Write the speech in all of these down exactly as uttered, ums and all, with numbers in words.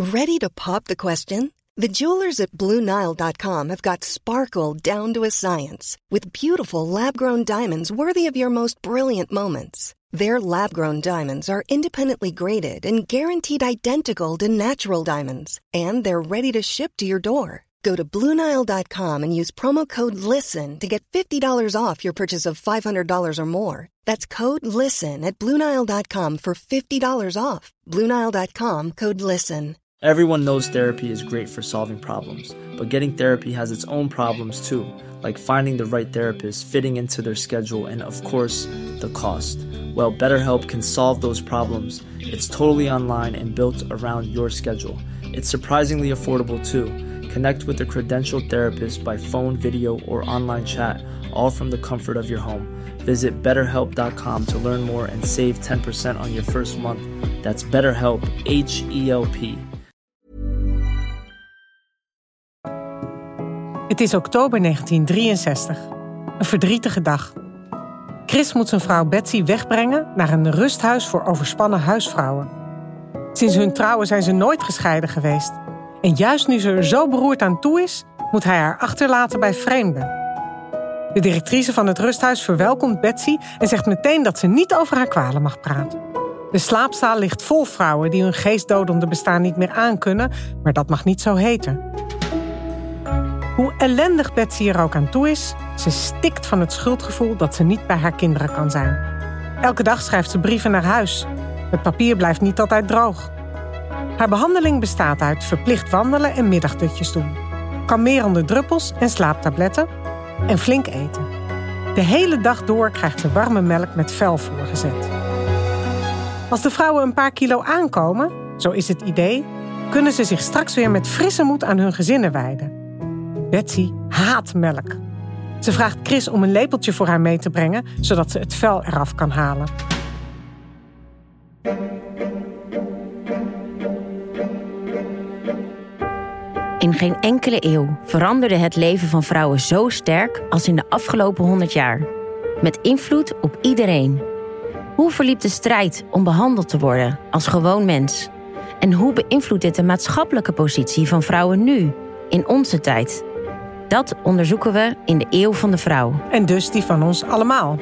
Ready to pop the question? The jewelers at Blue Nile dot com have got sparkle down to a science with beautiful lab-grown diamonds worthy of your most brilliant moments. Their lab-grown diamonds are independently graded and guaranteed identical to natural diamonds, and they're ready to ship to your door. Go to Blue Nile dot com and use promo code LISTEN to get fifty dollars off your purchase of five hundred dollars or more. That's code LISTEN at Blue Nile dot com for fifty dollars off. Blue Nile dot com, code LISTEN. Everyone knows therapy is great for solving problems, but getting therapy has its own problems too, like finding the right therapist, fitting into their schedule, and of course, the cost. Well, BetterHelp can solve those problems. It's totally online and built around your schedule. It's surprisingly affordable too. Connect with a credentialed therapist by phone, video, or online chat, all from the comfort of your home. Visit better help dot com to learn more and save ten percent on your first month. That's BetterHelp, H E L P. Het is oktober negentien drieënzestig. Een verdrietige dag. Chris moet zijn vrouw Betsy wegbrengen naar een rusthuis voor overspannen huisvrouwen. Sinds hun trouwen zijn ze nooit gescheiden geweest. En juist nu ze er zo beroerd aan toe is, moet hij haar achterlaten bij vreemden. De directrice van het rusthuis verwelkomt Betsy en zegt meteen dat ze niet over haar kwalen mag praten. De slaapzaal ligt vol vrouwen die hun geestdodende bestaan niet meer aankunnen, maar dat mag niet zo heten. Hoe ellendig Betsy er ook aan toe is, ze stikt van het schuldgevoel dat ze niet bij haar kinderen kan zijn. Elke dag schrijft ze brieven naar huis. Het papier blijft niet altijd droog. Haar behandeling bestaat uit verplicht wandelen en middagdutjes doen, kalmerende druppels en slaaptabletten en flink eten. De hele dag door krijgt ze warme melk met vel voorgezet. Als de vrouwen een paar kilo aankomen, zo is het idee, kunnen ze zich straks weer met frisse moed aan hun gezinnen wijden. Betsy haat melk. Ze vraagt Chris om een lepeltje voor haar mee te brengen, zodat ze het vel eraf kan halen. In geen enkele eeuw veranderde het leven van vrouwen zo sterk als in de afgelopen honderd jaar. Met invloed op iedereen. Hoe verliep de strijd om behandeld te worden als gewoon mens? En hoe beïnvloedt dit de maatschappelijke positie van vrouwen nu, in onze tijd? Dat onderzoeken we in de Eeuw van de Vrouw. En dus die van ons allemaal.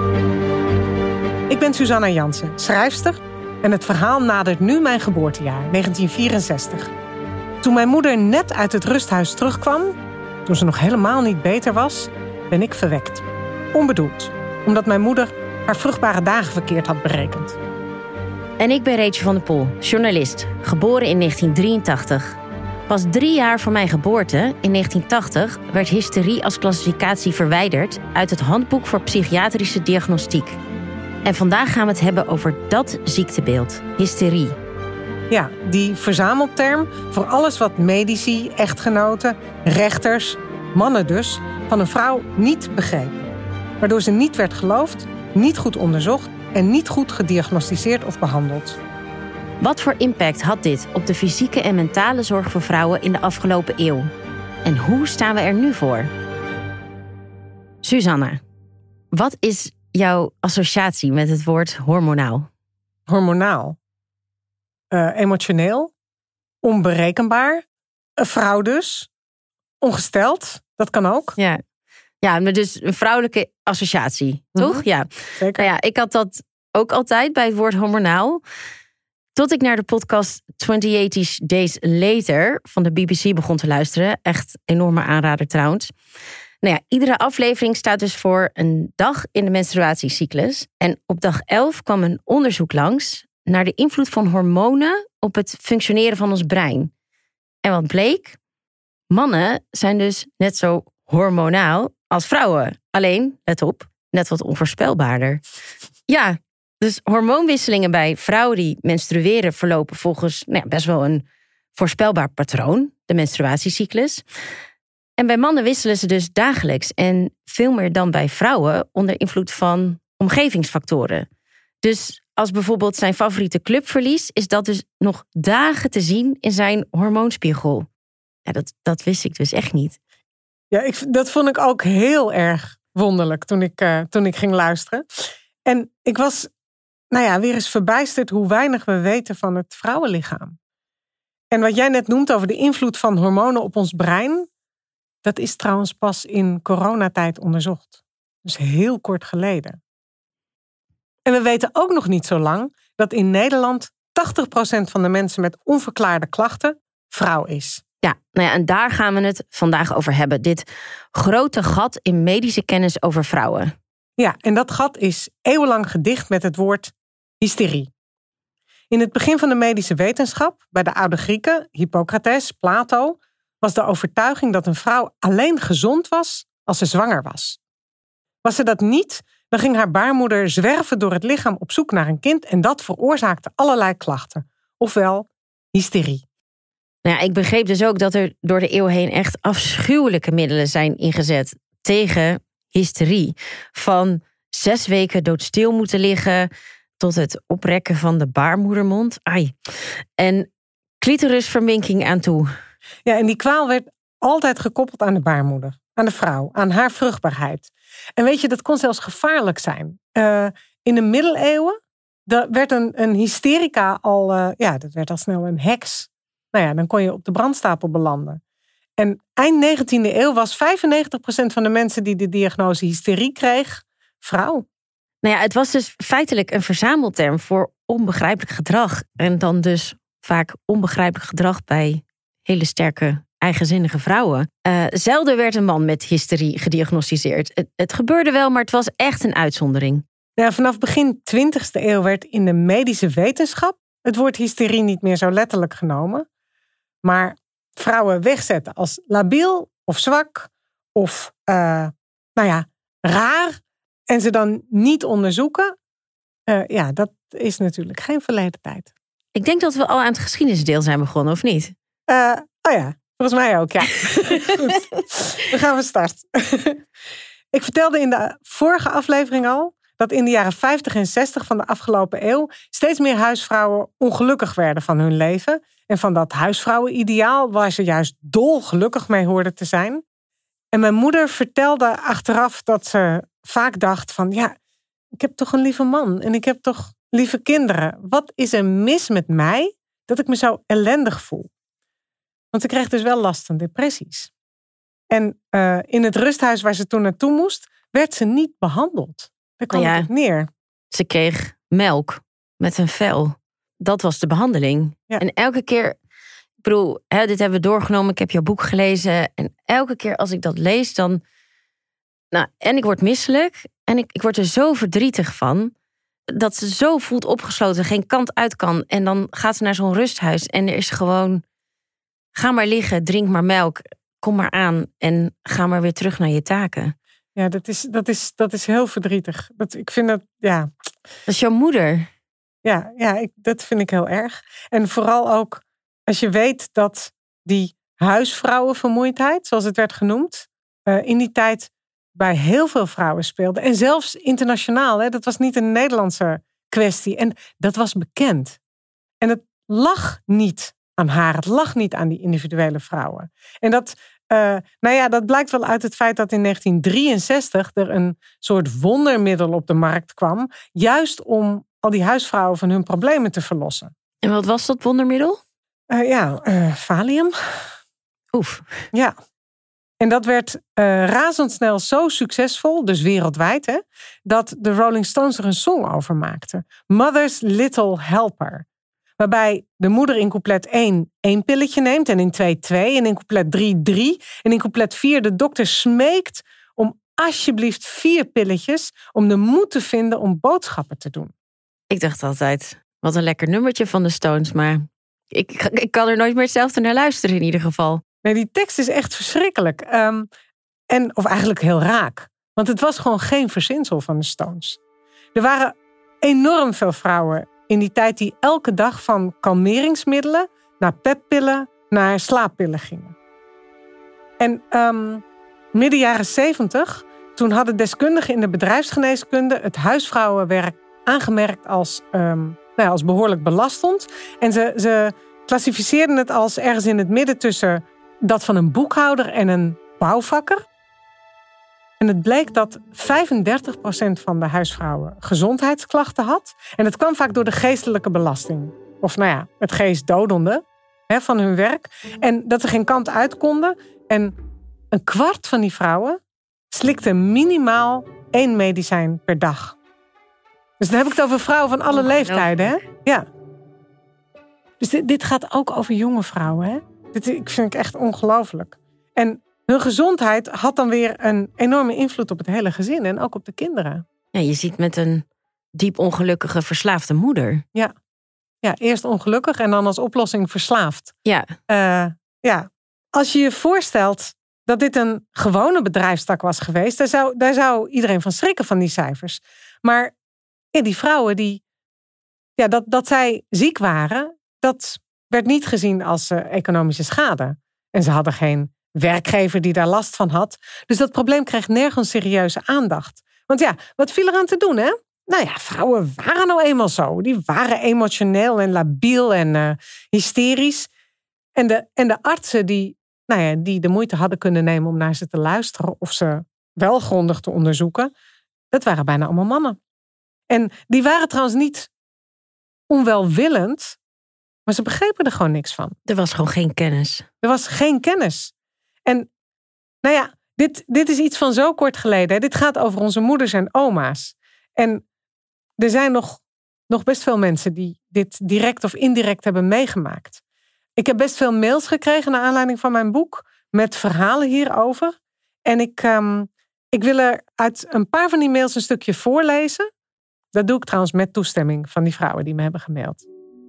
Ik ben Suzanna Jansen, schrijfster, en het verhaal nadert nu mijn geboortejaar, negentien vierenzestig. Toen mijn moeder net uit het rusthuis terugkwam, toen ze nog helemaal niet beter was, ben ik verwekt. Onbedoeld, omdat mijn moeder haar vruchtbare dagen verkeerd had berekend. En ik ben Rachel van der Pol, journalist, geboren in negentien drieëntachtig. Pas drie jaar voor mijn geboorte, in negentien tachtig, werd hysterie als klassificatie verwijderd uit het Handboek voor Psychiatrische Diagnostiek. En vandaag gaan we het hebben over dat ziektebeeld, hysterie. Ja, die verzamelterm voor alles wat medici, echtgenoten, rechters, mannen dus, van een vrouw niet begrepen. Waardoor ze niet werd geloofd, niet goed onderzocht en niet goed gediagnosticeerd of behandeld. Wat voor impact had dit op de fysieke en mentale zorg voor vrouwen in de afgelopen eeuw? En hoe staan we er nu voor? Suzanna, wat is jouw associatie met het woord hormonaal? Hormonaal? Uh, emotioneel? Onberekenbaar? Een vrouw dus? Ongesteld? Dat kan ook. Ja, ja, maar dus een vrouwelijke associatie, toch? Mm-hmm. Ja, zeker. Nou ja, ik had dat ook altijd bij het woord hormonaal. Tot ik naar de podcast twenty-eight Days Later van de B B C begon te luisteren. Echt enorme aanrader trouwens. Nou ja, iedere aflevering staat dus voor een dag in de menstruatiecyclus. En op dag elf kwam een onderzoek langs naar de invloed van hormonen op het functioneren van ons brein. En wat bleek? Mannen zijn dus net zo hormonaal als vrouwen. Alleen, let op, net wat onvoorspelbaarder. Ja, dus hormoonwisselingen bij vrouwen die menstrueren verlopen volgens nou ja, best wel een voorspelbaar patroon, de menstruatiecyclus. En bij mannen wisselen ze dus dagelijks en veel meer dan bij vrouwen onder invloed van omgevingsfactoren. Dus als bijvoorbeeld zijn favoriete club verliest, is dat dus nog dagen te zien in zijn hormoonspiegel. Ja, dat, dat wist ik dus echt niet. Ja, ik, dat vond ik ook heel erg wonderlijk toen ik, uh, toen ik ging luisteren. En ik was, nou ja, weer eens verbijsterd hoe weinig we weten van het vrouwenlichaam. En wat jij net noemt over de invloed van hormonen op ons brein, dat is trouwens pas in coronatijd onderzocht. Dus heel kort geleden. En we weten ook nog niet zo lang dat in Nederland tachtig procent van de mensen met onverklaarde klachten vrouw is. Ja, nou ja, en daar gaan we het vandaag over hebben. Dit grote gat in medische kennis over vrouwen. Ja, en dat gat is eeuwenlang gedicht met het woord hysterie. In het begin van de medische wetenschap, bij de oude Grieken, Hippocrates, Plato, was de overtuiging dat een vrouw alleen gezond was als ze zwanger was. Was ze dat niet, dan ging haar baarmoeder zwerven door het lichaam op zoek naar een kind en dat veroorzaakte allerlei klachten, ofwel hysterie. Nou ja, ik begreep dus ook dat er door de eeuw heen echt afschuwelijke middelen zijn ingezet tegen hysterie. Van zes weken doodstil moeten liggen tot het oprekken van de baarmoedermond. Ai. En clitorisverminking aan toe. Ja, en die kwaal werd altijd gekoppeld aan de baarmoeder, aan de vrouw, aan haar vruchtbaarheid. En weet je, dat kon zelfs gevaarlijk zijn. Uh, in de middeleeuwen werd een, een hysterica al, uh, ja, dat werd al snel een heks. Nou ja, dan kon je op de brandstapel belanden. En eind negentiende eeuw was vijfennegentig procent van de mensen die de diagnose hysterie kreeg, vrouw. Nou ja, het was dus feitelijk een verzamelterm voor onbegrijpelijk gedrag. En dan dus vaak onbegrijpelijk gedrag bij hele sterke, eigenzinnige vrouwen. Uh, zelden werd een man met hysterie gediagnosticeerd. Het, het gebeurde wel, maar het was echt een uitzondering. Ja, vanaf begin twintigste eeuw werd in de medische wetenschap het woord hysterie niet meer zo letterlijk genomen. Maar vrouwen wegzetten als labiel of zwak of, uh, nou ja, raar. En ze dan niet onderzoeken. Uh, ja, dat is natuurlijk geen verleden tijd. Ik denk dat we al aan het geschiedenisdeel zijn begonnen, of niet? Uh, oh ja, volgens mij ook, ja. Goed, dan gaan we starten. Ik vertelde in de vorige aflevering al dat in de jaren vijftig en zestig van de afgelopen eeuw steeds meer huisvrouwen ongelukkig werden van hun leven. En van dat huisvrouwenideaal waar ze juist dolgelukkig mee hoorden te zijn. En mijn moeder vertelde achteraf dat ze vaak dacht van, ja, ik heb toch een lieve man en ik heb toch lieve kinderen. Wat is er mis met mij dat ik me zo ellendig voel? Want ze kreeg dus wel last van depressies. En uh, in het rusthuis waar ze toen naartoe moest, werd ze niet behandeld. Daar kwam ja, het op neer. Ze kreeg melk met een vel. Dat was de behandeling. Ja. En elke keer, ik bedoel, hè, dit hebben we doorgenomen. Ik heb jouw boek gelezen. En elke keer als ik dat lees, dan... Nou, en ik word misselijk. En ik, ik word er zo verdrietig van. Dat ze zo voelt opgesloten, geen kant uit kan. En dan gaat ze naar zo'n rusthuis. En er is gewoon... Ga maar liggen, drink maar melk. Kom maar aan en ga maar weer terug naar je taken. Ja, dat is, dat is, dat is heel verdrietig. Dat, ik vind dat, ja... Dat is jouw moeder. Ja, ja ik, dat vind ik heel erg. En vooral ook als je weet dat die huisvrouwenvermoeidheid, zoals het werd genoemd, uh, in die tijd bij heel veel vrouwen speelde. En zelfs internationaal, hè, dat was niet een Nederlandse kwestie. En dat was bekend. En het lag niet aan haar, het lag niet aan die individuele vrouwen. En dat, uh, nou ja, dat blijkt wel uit het feit dat in negentien drieënzestig er een soort wondermiddel op de markt kwam, juist om al die huisvrouwen van hun problemen te verlossen. En wat was dat wondermiddel? Uh, ja, uh, Valium. Oef. Ja. En dat werd uh, razendsnel zo succesvol, dus wereldwijd, hè, dat de Rolling Stones er een song over maakten. Mother's Little Helper. Waarbij de moeder in couplet één één pilletje neemt en in twee twee en in couplet drie drie. En in couplet vier de dokter smeekt om alsjeblieft vier pilletjes om de moed te vinden om boodschappen te doen. Ik dacht altijd, wat een lekker nummertje van de Stones, maar ik, ik kan er nooit meer hetzelfde naar luisteren in ieder geval. Nee, die tekst is echt verschrikkelijk. Um, en, of eigenlijk heel raak. Want het was gewoon geen verzinsel van de Stones. Er waren enorm veel vrouwen in die tijd die elke dag van kalmeringsmiddelen naar peppillen naar slaappillen gingen. En um, midden jaren zeventig, toen hadden deskundigen in de bedrijfsgeneeskunde het huisvrouwenwerk aangemerkt als, um, nou ja, als behoorlijk belastend. En ze, ze klassificeerden het als ergens in het midden tussen dat van een boekhouder en een bouwvakker. En het bleek dat vijfendertig procent van de huisvrouwen gezondheidsklachten had. En dat kwam vaak door de geestelijke belasting. Of nou ja, het geestdodende. hè, van hun werk. En dat ze geen kant uit konden. En een kwart van die vrouwen slikte minimaal één medicijn per dag. Dus dan heb ik het over vrouwen van alle leeftijden. Hè? Ja. Dus dit, dit gaat ook over jonge vrouwen. Hè? Dit ik vind ik echt ongelooflijk. En hun gezondheid had dan weer een enorme invloed op het hele gezin. En ook op de kinderen. Ja, je ziet met een diep ongelukkige verslaafde moeder. Ja. Ja, eerst ongelukkig en dan als oplossing verslaafd. Ja. Uh, ja. Als je je voorstelt dat dit een gewone bedrijfstak was geweest, daar zou, daar zou iedereen van schrikken van die cijfers. Maar ja, die vrouwen, die, ja, dat, dat zij ziek waren, dat werd niet gezien als uh, economische schade. En ze hadden geen werkgever die daar last van had. Dus dat probleem kreeg nergens serieuze aandacht. Want ja, wat viel eraan te doen, hè? Nou ja, vrouwen waren nou eenmaal zo. Die waren emotioneel en labiel en uh, hysterisch. En de, en de artsen die, nou ja, die de moeite hadden kunnen nemen om naar ze te luisteren of ze wel grondig te onderzoeken, dat waren bijna allemaal mannen. En die waren trouwens niet onwelwillend, maar ze begrepen er gewoon niks van. Er was gewoon geen kennis. Er was geen kennis. En nou ja, dit, dit is iets van zo kort geleden. Hè. Dit gaat over onze moeders en oma's. En er zijn nog, nog best veel mensen die dit direct of indirect hebben meegemaakt. Ik heb best veel mails gekregen naar aanleiding van mijn boek met verhalen hierover. En ik, um, ik wil er uit een paar van die mails een stukje voorlezen. Dat doe ik trouwens met toestemming van die vrouwen die me hebben gemaild.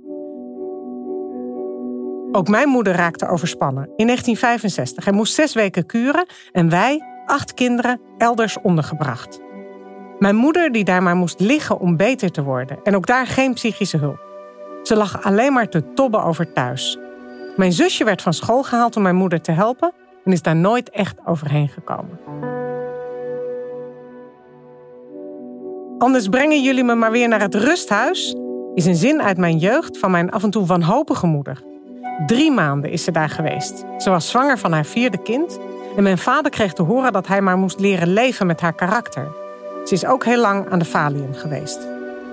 Ook mijn moeder raakte overspannen in negentien vijfenzestig. Hij moest zes weken kuren en wij, acht kinderen, elders ondergebracht. Mijn moeder die daar maar moest liggen om beter te worden. En ook daar geen psychische hulp. Ze lag alleen maar te tobben over thuis. Mijn zusje werd van school gehaald om mijn moeder te helpen en is daar nooit echt overheen gekomen. Anders brengen jullie me maar weer naar het rusthuis, is een zin uit mijn jeugd van mijn af en toe wanhopige moeder. Drie maanden is ze daar geweest. Ze was zwanger van haar vierde kind en mijn vader kreeg te horen dat hij maar moest leren leven met haar karakter. Ze is ook heel lang aan de Valium geweest.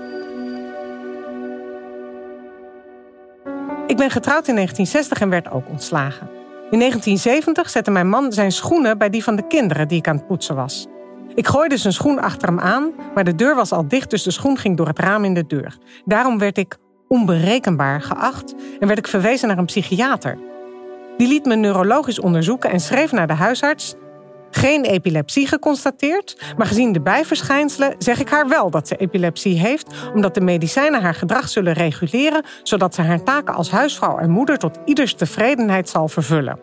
Ik ben getrouwd in negentien zestig en werd ook ontslagen. In negentien zeventig zette mijn man zijn schoenen bij die van de kinderen die ik aan het poetsen was. Ik gooide zijn schoen achter hem aan, maar de deur was al dicht, dus de schoen ging door het raam in de deur. Daarom werd ik onberekenbaar geacht en werd ik verwezen naar een psychiater. Die liet me neurologisch onderzoeken en schreef naar de huisarts: geen epilepsie geconstateerd, maar gezien de bijverschijnselen zeg ik haar wel dat ze epilepsie heeft, omdat de medicijnen haar gedrag zullen reguleren, zodat ze haar taken als huisvrouw en moeder tot ieders tevredenheid zal vervullen.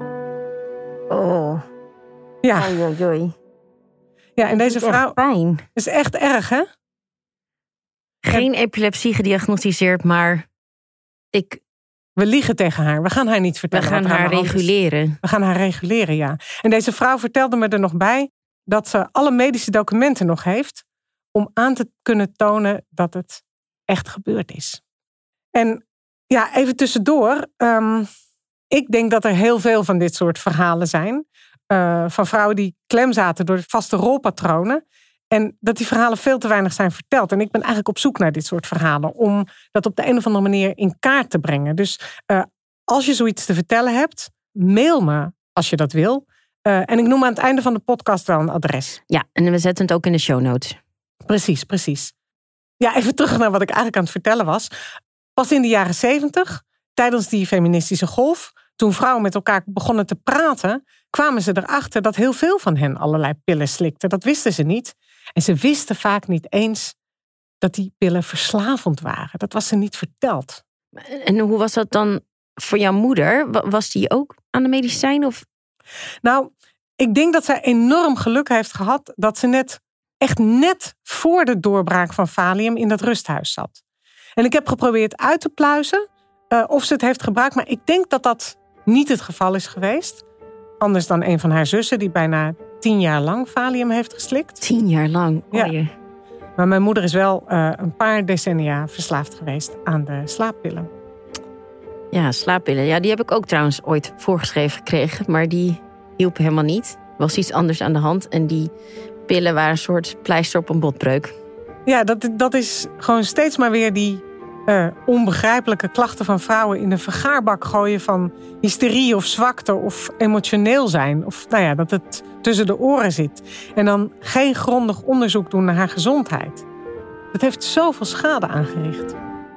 Oh. Ja. Oei, oei, oei. Ja, en deze vrouw pijn. is echt erg, hè? Geen epilepsie gediagnosticeerd, maar ik... We liegen tegen haar. We gaan haar niet vertellen. We gaan haar reguleren. We gaan haar reguleren, ja. En deze vrouw vertelde me er nog bij dat ze alle medische documenten nog heeft om aan te kunnen tonen dat het echt gebeurd is. En ja, even tussendoor. Um, ik denk dat er heel veel van dit soort verhalen zijn. Uh, van vrouwen die klem zaten door vaste rolpatronen. En dat die verhalen veel te weinig zijn verteld. En ik ben eigenlijk op zoek naar dit soort verhalen. Om dat op de een of andere manier in kaart te brengen. Dus uh, als je zoiets te vertellen hebt, mail me als je dat wil. Uh, en ik noem aan het einde van de podcast wel een adres. Ja, en we zetten het ook in de show notes. Precies, precies. Ja, even terug naar wat ik eigenlijk aan het vertellen was. Pas in de jaren zeventig, tijdens die feministische golf, toen vrouwen met elkaar begonnen te praten, kwamen ze erachter dat heel veel van hen allerlei pillen slikten. Dat wisten ze niet. En ze wisten vaak niet eens dat die pillen verslavend waren. Dat was ze niet verteld. En hoe was dat dan voor jouw moeder? Was die ook aan de medicijn? Of? Nou, ik denk dat zij enorm geluk heeft gehad dat ze net, echt net voor de doorbraak van Valium in dat rusthuis zat. En ik heb geprobeerd uit te pluizen uh, of ze het heeft gebruikt. Maar ik denk dat dat niet het geval is geweest. Anders dan een van haar zussen die bijna tien jaar lang Valium heeft geslikt. Tien jaar lang? Ja. Oh, maar mijn moeder is wel uh, een paar decennia verslaafd geweest aan de slaappillen. Ja, slaappillen. Ja, die heb ik ook trouwens ooit voorgeschreven gekregen. Maar die hielpen helemaal niet. Er was iets anders aan de hand. En die pillen waren een soort pleister op een botbreuk. Ja, dat, dat is gewoon steeds maar weer die uh, onbegrijpelijke klachten van vrouwen in een vergaarbak gooien van hysterie of zwakte of emotioneel zijn. Of nou ja, dat het tussen de oren zit. En dan geen grondig onderzoek doen naar haar gezondheid. Dat heeft zoveel schade aangericht.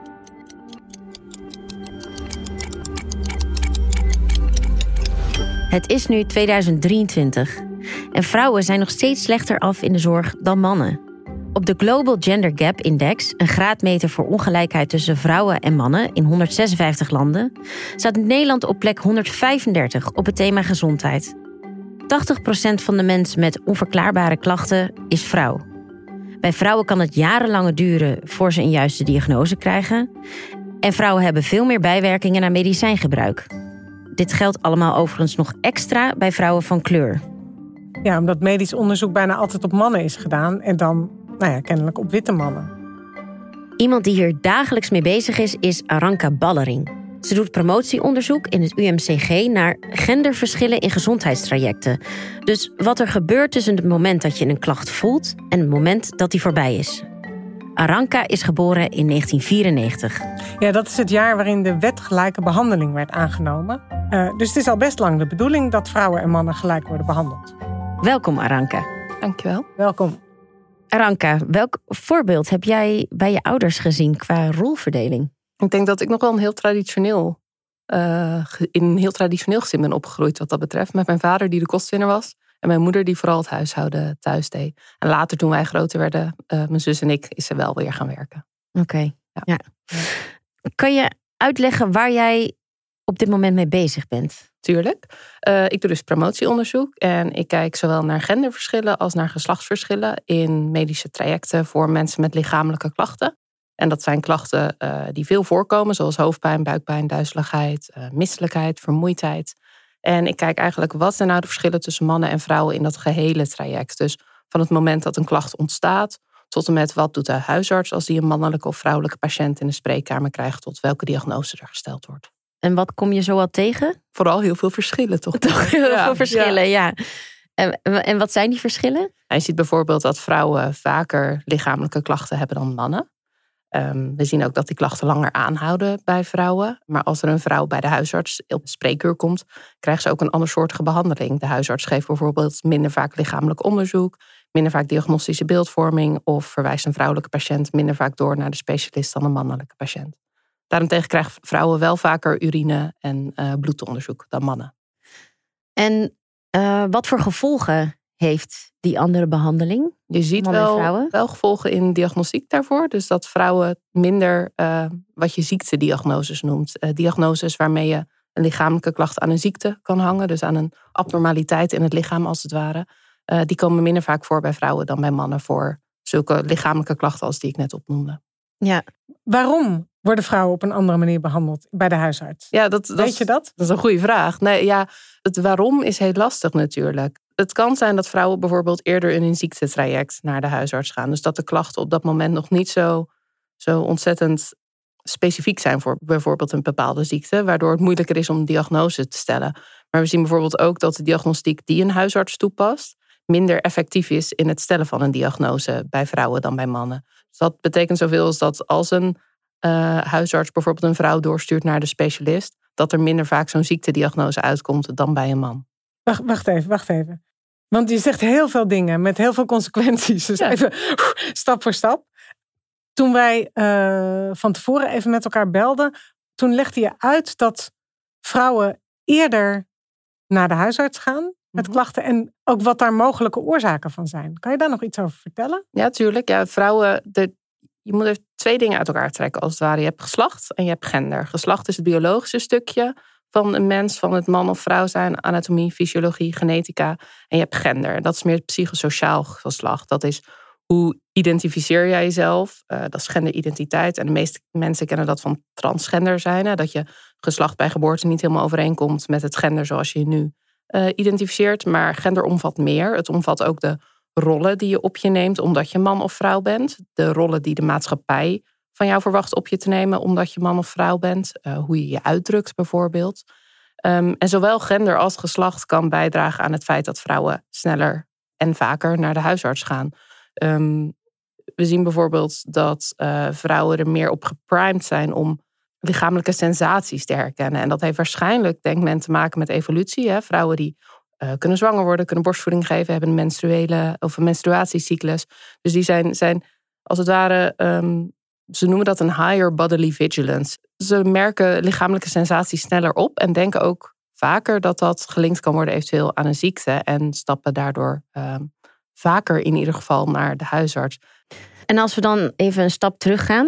Het is nu tweeduizend drieëntwintig en vrouwen zijn nog steeds slechter af in de zorg dan mannen. Op de Global Gender Gap Index, een graadmeter voor ongelijkheid tussen vrouwen en mannen in honderdzesenvijftig landen, staat Nederland op plek honderdvijfendertig op het thema gezondheid. tachtig procent van de mensen met onverklaarbare klachten is vrouw. Bij vrouwen kan het jarenlang duren voor ze een juiste diagnose krijgen. En vrouwen hebben veel meer bijwerkingen na medicijngebruik. Dit geldt allemaal overigens nog extra bij vrouwen van kleur. Ja, omdat medisch onderzoek bijna altijd op mannen is gedaan en dan, nou ja, kennelijk op witte mannen. Iemand die hier dagelijks mee bezig is, is Aranka Ballering. Ze doet promotieonderzoek in het U M C G naar genderverschillen in gezondheidstrajecten. Dus wat er gebeurt tussen het moment dat je een klacht voelt en het moment dat die voorbij is. Aranka is geboren in negentien vierennegentig. Ja, dat is het jaar waarin de wet gelijke behandeling werd aangenomen. Uh, dus het is al best lang de bedoeling dat vrouwen en mannen gelijk worden behandeld. Welkom, Aranka. Dankjewel. Welkom. Aranka, welk voorbeeld heb jij bij je ouders gezien qua rolverdeling? Ik denk dat ik nog wel een heel traditioneel, uh, in een heel traditioneel gezin ben opgegroeid wat dat betreft. Met mijn vader die de kostwinner was. En mijn moeder die vooral het huishouden thuis deed. En later toen wij groter werden, uh, mijn zus en ik, is ze wel weer gaan werken. Oké, okay. ja. ja. Kan je uitleggen waar jij op dit moment mee bezig bent? Tuurlijk. Uh, ik doe dus promotieonderzoek. En ik kijk zowel naar genderverschillen als naar geslachtsverschillen in medische trajecten voor mensen met lichamelijke klachten. En dat zijn klachten uh, die veel voorkomen, zoals hoofdpijn, buikpijn, duizeligheid, uh, misselijkheid, vermoeidheid. En ik kijk eigenlijk wat zijn nou de verschillen tussen mannen en vrouwen in dat gehele traject. Dus van het moment dat een klacht ontstaat, tot en met wat doet de huisarts als die een mannelijke of vrouwelijke patiënt in de spreekkamer krijgt, tot welke diagnose er gesteld wordt. En wat kom je zo al tegen? Vooral heel veel verschillen, toch? Toch heel ja, veel verschillen, ja. ja. En, en wat zijn die verschillen? Je ziet bijvoorbeeld dat vrouwen vaker lichamelijke klachten hebben dan mannen. Um, we zien ook dat die klachten langer aanhouden bij vrouwen. Maar als er een vrouw bij de huisarts op de spreekuur komt, krijgt ze ook een andersoortige behandeling. De huisarts geeft bijvoorbeeld minder vaak lichamelijk onderzoek, minder vaak diagnostische beeldvorming of verwijst een vrouwelijke patiënt minder vaak door naar de specialist dan een mannelijke patiënt. Daarentegen krijgen vrouwen wel vaker urine- en uh, bloedonderzoek dan mannen. En uh, wat voor gevolgen heeft die andere behandeling? Je ziet wel, wel gevolgen in diagnostiek daarvoor. Dus dat vrouwen minder uh, wat je ziektediagnoses noemt. Uh, diagnoses waarmee je een lichamelijke klacht aan een ziekte kan hangen. Dus aan een abnormaliteit in het lichaam als het ware. Uh, die komen minder vaak voor bij vrouwen dan bij mannen voor zulke lichamelijke klachten als die ik net opnoemde. Ja. Waarom worden vrouwen op een andere manier behandeld bij de huisarts? Ja, dat, dat Weet is, je dat? Dat is een goede vraag. Nee, ja, het waarom is heel lastig natuurlijk. Het kan zijn dat vrouwen bijvoorbeeld eerder in een ziektetraject naar de huisarts gaan. Dus dat de klachten op dat moment nog niet zo, zo ontzettend specifiek zijn voor bijvoorbeeld een bepaalde ziekte, waardoor het moeilijker is om een diagnose te stellen. Maar we zien bijvoorbeeld ook dat de diagnostiek die een huisarts toepast minder effectief is in het stellen van een diagnose bij vrouwen dan bij mannen. Dus dat betekent zoveel als dat als een uh, huisarts bijvoorbeeld een vrouw doorstuurt naar de specialist, dat er minder vaak zo'n ziektediagnose uitkomt dan bij een man. Wacht, wacht even, wacht even. Want je zegt heel veel dingen met heel veel consequenties. Dus ja. even stap voor stap. Toen wij uh, van tevoren even met elkaar belden, toen legde je uit dat vrouwen eerder naar de huisarts gaan met mm-hmm. klachten en ook wat daar mogelijke oorzaken van zijn. Kan je daar nog iets over vertellen? Ja, tuurlijk. Ja, vrouwen, de, je moet even twee dingen uit elkaar trekken als het ware. Je hebt geslacht en je hebt gender. Geslacht is het biologische stukje van een mens, van het man of vrouw zijn, anatomie, fysiologie, genetica. En je hebt gender. Dat is meer het psychosociaal geslacht. Dat is hoe identificeer jij jezelf? Uh, dat is genderidentiteit. En de meeste mensen kennen dat van transgender zijn. Hè? Dat je geslacht bij geboorte niet helemaal overeenkomt met het gender zoals je je nu uh, identificeert. Maar gender omvat meer. Het omvat ook de rollen die je op je neemt omdat je man of vrouw bent. De rollen die de maatschappij van jou verwacht op je te nemen omdat je man of vrouw bent. Uh, hoe je je uitdrukt bijvoorbeeld. Um, en zowel gender als geslacht kan bijdragen aan het feit dat vrouwen sneller en vaker naar de huisarts gaan. Um, we zien bijvoorbeeld dat uh, vrouwen er meer op geprimed zijn om lichamelijke sensaties te herkennen. En dat heeft waarschijnlijk, denkt men, te maken met evolutie. Hè? Vrouwen die uh, kunnen zwanger worden, kunnen borstvoeding geven, hebben een menstruele of een menstruatiecyclus. Dus die zijn, zijn als het ware, um, ze noemen dat een higher bodily vigilance. Ze merken lichamelijke sensaties sneller op en denken ook vaker dat dat gelinkt kan worden eventueel aan een ziekte. En stappen daardoor um, vaker in ieder geval naar de huisarts. En als we dan even een stap teruggaan.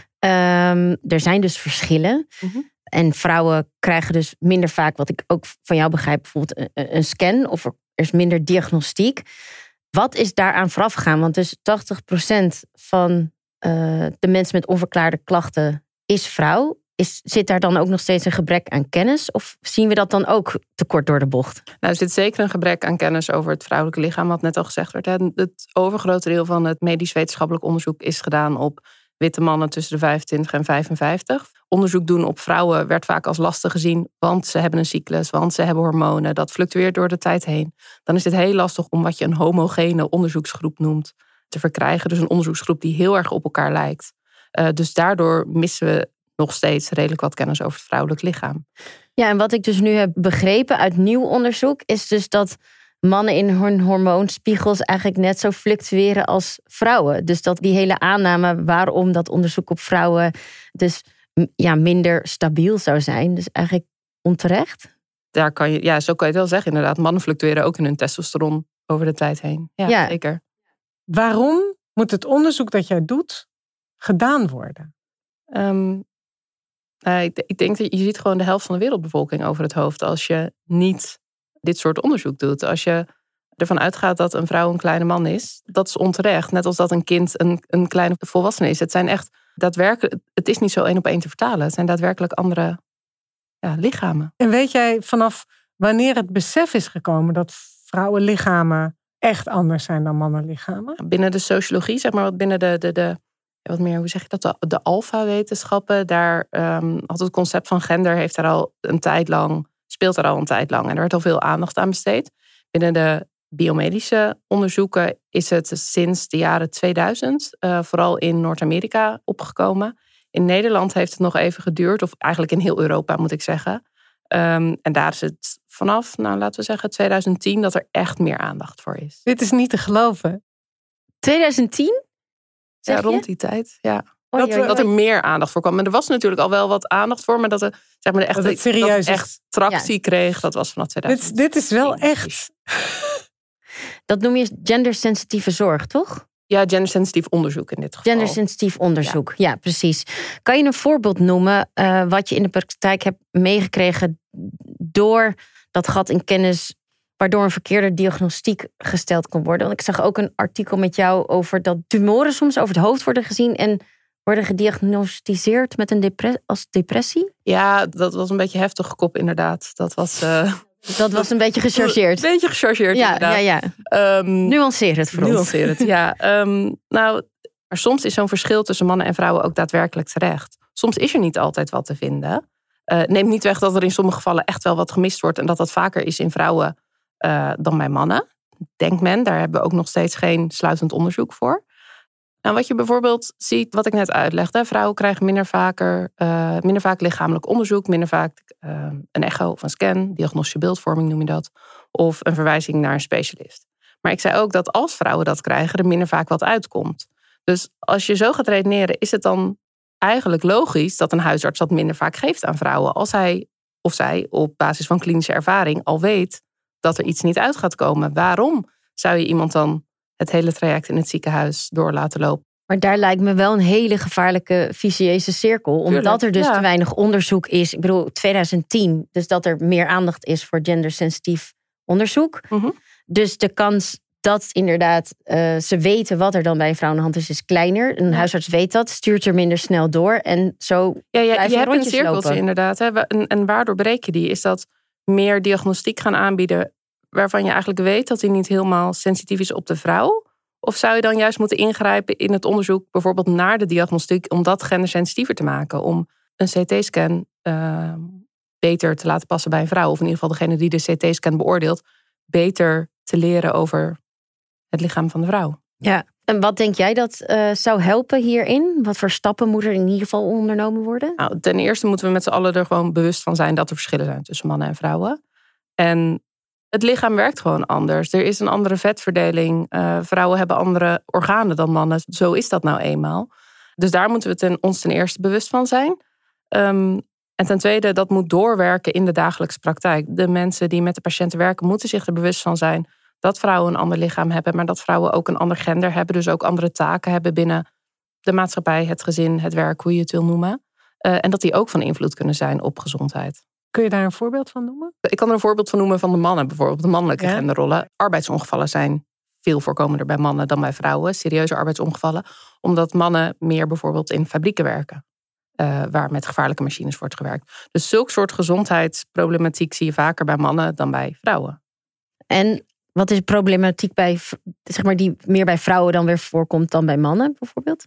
Um, er zijn dus verschillen. Mm-hmm. En vrouwen krijgen dus minder vaak, wat ik ook van jou begrijp, bijvoorbeeld een, een scan. Of er is minder diagnostiek. Wat is daaraan vooraf gegaan? Want dus tachtig procent van uh, de mensen met onverklaarde klachten is vrouw. Is, zit daar dan ook nog steeds een gebrek aan kennis? Of zien we dat dan ook te kort door de bocht? Nou, er zit zeker een gebrek aan kennis over het vrouwelijke lichaam, wat net al gezegd werd. Het overgrote deel van het medisch wetenschappelijk onderzoek is gedaan op witte mannen tussen de vijfentwintig en vijfenvijftig. Onderzoek doen op vrouwen werd vaak als lastig gezien, want ze hebben een cyclus, want ze hebben hormonen. Dat fluctueert door de tijd heen. Dan is het heel lastig om wat je een homogene onderzoeksgroep noemt te verkrijgen. Dus een onderzoeksgroep die heel erg op elkaar lijkt. Uh, dus daardoor missen we nog steeds redelijk wat kennis over het vrouwelijk lichaam. Ja, en wat ik dus nu heb begrepen uit nieuw onderzoek is dus dat mannen in hun hormoonspiegels eigenlijk net zo fluctueren als vrouwen. Dus dat die hele aanname waarom dat onderzoek op vrouwen dus ja, minder stabiel zou zijn, dus eigenlijk onterecht. Daar kan je, ja, zo kan je het wel zeggen inderdaad. Mannen fluctueren ook in hun testosteron over de tijd heen. Ja, ja. Zeker. Waarom moet het onderzoek dat jij doet gedaan worden? Um, uh, ik, ik denk dat je ziet gewoon de helft van de wereldbevolking over het hoofd als je niet dit soort onderzoek doet. Als je ervan uitgaat dat een vrouw een kleine man is, dat is onterecht. Net als dat een kind een, een kleine volwassene is. Het zijn echt daadwerkelijk, het is niet zo één op één te vertalen. Het zijn daadwerkelijk andere ja, lichamen. En weet jij vanaf wanneer het besef is gekomen dat vrouwenlichamen echt anders zijn dan mannenlichamen? Binnen de sociologie, zeg maar, binnen de, de, de wat meer, hoe zeg je dat, de, de alfa-wetenschappen, daar um, had het concept van gender heeft daar al een tijd lang, speelt er al een tijd lang. En er werd al veel aandacht aan besteed. Binnen de biomedische onderzoeken is het sinds de jaren tweeduizend, uh, vooral in Noord-Amerika, opgekomen. In Nederland heeft het nog even geduurd, of eigenlijk in heel Europa moet ik zeggen. Um, en daar is het vanaf, nou laten we zeggen, tweeduizend tien dat er echt meer aandacht voor is. Dit is niet te geloven. tweeduizend tien? Ja, je? rond die tijd, ja. Oh, dat, ja, ja. dat er meer aandacht voor kwam. Maar er was natuurlijk al wel wat aandacht voor, maar dat er zeg maar, de echte, dat het serieus dat is. echt tractie ja. kreeg, dat was vanaf tweeduizend. Dit, dit is wel echt. Dat noem je gendersensitieve zorg, toch? Ja, gendersensitief onderzoek in dit geval. Gendersensitief onderzoek, ja. ja, precies. Kan je een voorbeeld noemen uh, wat je in de praktijk hebt meegekregen door dat gat in kennis, waardoor een verkeerde diagnostiek gesteld kon worden? Want ik zag ook een artikel met jou over dat tumoren soms over het hoofd worden gezien en worden gediagnosticeerd met een depre- als depressie? Ja, dat was een beetje heftig gekop inderdaad. Dat was... Uh... Dat was een beetje gechargeerd. Een beetje gechargeerd, ja, inderdaad. Ja, ja. Um, Nuanceer het voor ons. Nuanceer het, ja. Um, nou, maar soms is zo'n verschil tussen mannen en vrouwen ook daadwerkelijk terecht. Soms is er niet altijd wat te vinden. Uh, neemt niet weg dat er in sommige gevallen echt wel wat gemist wordt en dat dat vaker is in vrouwen uh, dan bij mannen. Denkt men, daar hebben we ook nog steeds geen sluitend onderzoek voor. Nou, wat je bijvoorbeeld ziet, wat ik net uitlegde, vrouwen krijgen minder, vaker, uh, minder vaak lichamelijk onderzoek, minder vaak uh, een echo of een scan, diagnostische beeldvorming noem je dat, of een verwijzing naar een specialist. Maar ik zei ook dat als vrouwen dat krijgen, er minder vaak wat uitkomt. Dus als je zo gaat redeneren, is het dan eigenlijk logisch dat een huisarts dat minder vaak geeft aan vrouwen, als hij of zij op basis van klinische ervaring al weet dat er iets niet uit gaat komen. Waarom zou je iemand dan het hele traject in het ziekenhuis door laten lopen? Maar daar lijkt me wel een hele gevaarlijke vicieuze cirkel. Omdat Tuurlijk, er dus ja. te weinig onderzoek is. Ik bedoel, tweeduizend tien. Dus dat er meer aandacht is voor gendersensitief onderzoek. Mm-hmm. Dus de kans dat inderdaad uh, ze weten wat er dan bij een vrouw aan de hand is, is kleiner. Een ja. huisarts weet dat, stuurt er minder snel door. En zo ja, ja, blijven je hebt een cirkeltje lopen. Inderdaad. Hè. En, en waardoor breek je die? Is dat meer diagnostiek gaan aanbieden waarvan je eigenlijk weet dat hij niet helemaal sensitief is op de vrouw? Of zou je dan juist moeten ingrijpen in het onderzoek, bijvoorbeeld naar de diagnostiek, om dat gendersensitiever te maken? Om een C T-scan uh, beter te laten passen bij een vrouw. Of in ieder geval degene die de C T-scan beoordeelt, beter te leren over het lichaam van de vrouw. Ja, En wat denk jij dat uh, zou helpen hierin? Wat voor stappen moeten er in ieder geval ondernomen worden? Nou, ten eerste moeten we met z'n allen er gewoon bewust van zijn dat er verschillen zijn tussen mannen en vrouwen. En het lichaam werkt gewoon anders. Er is een andere vetverdeling. Uh, vrouwen hebben andere organen dan mannen. Zo is dat nou eenmaal. Dus daar moeten we ten, ons ten eerste bewust van zijn. Um, en ten tweede, dat moet doorwerken in de dagelijkse praktijk. De mensen die met de patiënten werken moeten zich er bewust van zijn dat vrouwen een ander lichaam hebben, maar dat vrouwen ook een ander gender hebben, dus ook andere taken hebben binnen de maatschappij, het gezin, het werk, hoe je het wil noemen. Uh, en dat die ook van invloed kunnen zijn op gezondheid. Kun je daar een voorbeeld van noemen? Ik kan er een voorbeeld van noemen van de mannen, bijvoorbeeld de mannelijke ja. genderrollen. Arbeidsongevallen zijn veel voorkomender bij mannen dan bij vrouwen, serieuze arbeidsongevallen, omdat mannen meer bijvoorbeeld in fabrieken werken, uh, waar met gevaarlijke machines wordt gewerkt. Dus zulk soort gezondheidsproblematiek zie je vaker bij mannen dan bij vrouwen. En wat is problematiek bij, zeg maar, die meer bij vrouwen dan weer voorkomt dan bij mannen, bijvoorbeeld?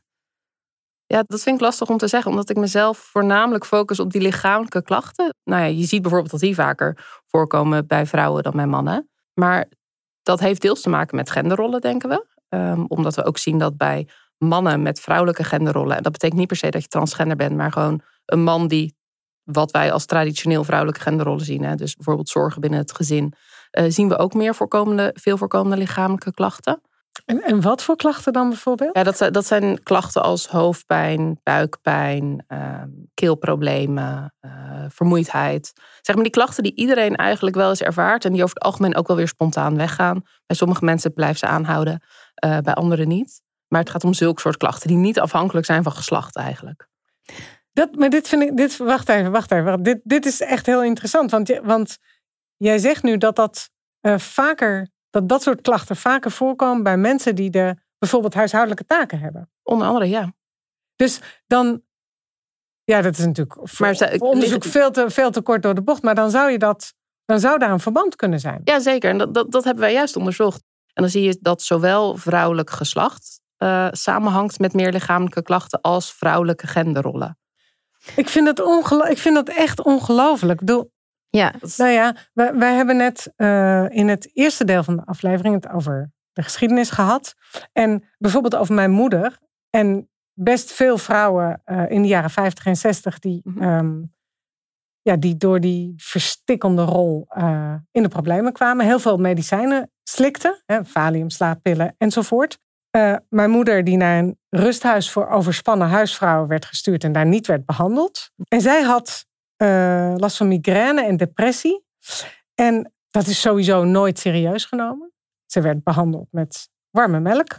Ja, dat vind ik lastig om te zeggen, omdat ik mezelf voornamelijk focus op die lichamelijke klachten. Nou ja, je ziet bijvoorbeeld dat die vaker voorkomen bij vrouwen dan bij mannen. Maar dat heeft deels te maken met genderrollen, denken we. Um, omdat we ook zien dat bij mannen met vrouwelijke genderrollen, en dat betekent niet per se dat je transgender bent, maar gewoon een man die, wat wij als traditioneel vrouwelijke genderrollen zien, hè, dus bijvoorbeeld zorgen binnen het gezin, uh, zien we ook meer voorkomende, veel voorkomende lichamelijke klachten. En, en wat voor klachten dan bijvoorbeeld? Ja, dat, dat zijn klachten als hoofdpijn, buikpijn, uh, keelproblemen, uh, vermoeidheid. Zeg maar die klachten die iedereen eigenlijk wel eens ervaart en die over het algemeen ook wel weer spontaan weggaan. Bij sommige mensen blijven ze aanhouden, uh, bij anderen niet. Maar het gaat om zulke soort klachten die niet afhankelijk zijn van geslacht eigenlijk. Dat, maar dit vind ik, dit, wacht even, wacht even. Dit, dit is echt heel interessant. Want, want jij zegt nu dat dat uh, vaker, dat dat soort klachten vaker voorkomen bij mensen die de bijvoorbeeld huishoudelijke taken hebben. Onder andere, ja. Dus dan, ja, dat is natuurlijk voor, maar, voor onderzoek veel te, veel te kort door de bocht. Maar dan zou je dat, dan zou daar een verband kunnen zijn. Ja, zeker. En dat, dat, dat hebben wij juist onderzocht. En dan zie je dat zowel vrouwelijk geslacht uh, samenhangt met meer lichamelijke klachten als vrouwelijke genderrollen. Ik vind dat, ongelo- ik vind dat echt ongelooflijk. Ik bedoel, ja. Nou ja, wij, wij hebben net uh, in het eerste deel van de aflevering het over de geschiedenis gehad. En bijvoorbeeld over mijn moeder. En best veel vrouwen uh, in de jaren vijftig en zestig die, mm-hmm. um, ja, die door die verstikkende rol uh, in de problemen kwamen. Heel veel medicijnen slikten. Hè, valium, slaappillen enzovoort. Uh, mijn moeder die naar een rusthuis voor overspannen huisvrouwen werd gestuurd en daar niet werd behandeld. En zij had uh, last van migraine en depressie. En dat is sowieso nooit serieus genomen. Ze werd behandeld met warme melk.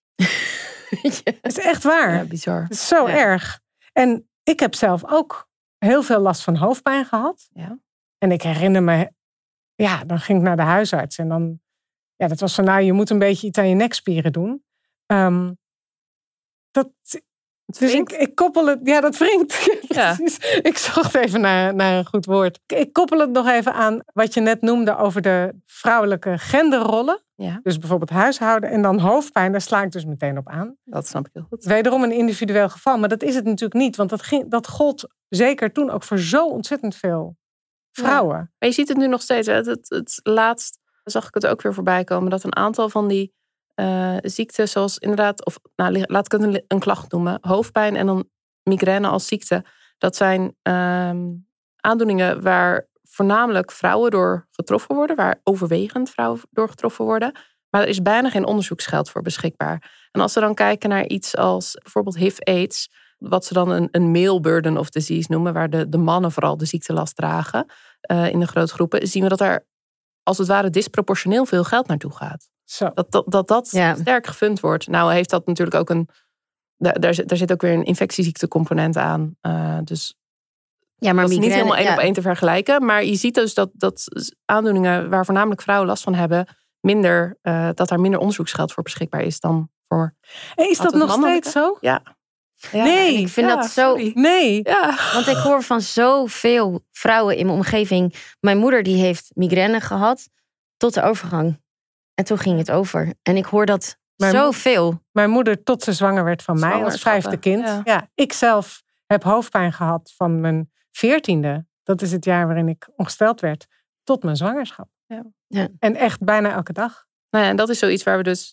Ja. Dat is echt waar. Ja, bizar. Het is zo ja. erg. En ik heb zelf ook heel veel last van hoofdpijn gehad. Ja. En ik herinner me, ja, dan ging ik naar de huisarts. En dan, ja, dat was van, nou, je moet een beetje iets aan je nekspieren doen. Um, dat, dus ik, ik koppel het, ja, dat wringt. Ja. Ik zocht even naar, naar een goed woord. Ik, ik koppel het nog even aan wat je net noemde over de vrouwelijke genderrollen. Ja. Dus bijvoorbeeld huishouden en dan hoofdpijn. Daar sla ik dus meteen op aan. Dat snap ik heel goed. Wederom een individueel geval, maar dat is het natuurlijk niet. Want dat, ging, dat gold zeker toen ook voor zo ontzettend veel vrouwen. Ja. Maar je ziet het nu nog steeds. Hè? Het, het, het laatst zag ik het ook weer voorbij komen. Dat een aantal van die Uh, ziekten zoals inderdaad, of nou, laat ik het een, een klacht noemen, hoofdpijn en dan migraine als ziekte. Dat zijn uh, aandoeningen waar voornamelijk vrouwen door getroffen worden, waar overwegend vrouwen door getroffen worden. Maar er is bijna geen onderzoeksgeld voor beschikbaar. En als we dan kijken naar iets als bijvoorbeeld H I V-AIDS, wat ze dan een, een male burden of disease noemen, waar de, de mannen vooral de ziektelast dragen uh, in de grote groepen, zien we dat er als het ware disproportioneel veel geld naartoe gaat. Zo. Dat dat, dat, dat ja. sterk gefund wordt. Nou heeft dat natuurlijk ook een, daar, daar zit ook weer een infectieziektecomponent aan. Uh, dus ja, maar dat is migraine, niet helemaal één ja. op één te vergelijken. Maar je ziet dus dat, dat aandoeningen waar voornamelijk vrouwen last van hebben, minder, uh, dat daar minder onderzoeksgeld voor beschikbaar is dan voor. En is dat nog steeds zo? Ja. Ja, nee, ik vind ja, dat zo. Sorry. Nee, ja. Want ik hoor van zoveel vrouwen in mijn omgeving. Mijn moeder die heeft migraine gehad tot de overgang. En toen ging het over. En ik hoor dat mijn zoveel. Mo- mijn moeder tot ze zwanger werd van mij als vijfde kind. Ja. Ja, ik zelf heb hoofdpijn gehad van mijn veertiende. Dat is het jaar waarin ik ongesteld werd. Tot mijn zwangerschap. Ja. Ja. En echt bijna elke dag. Nou ja, en dat is zoiets waar we dus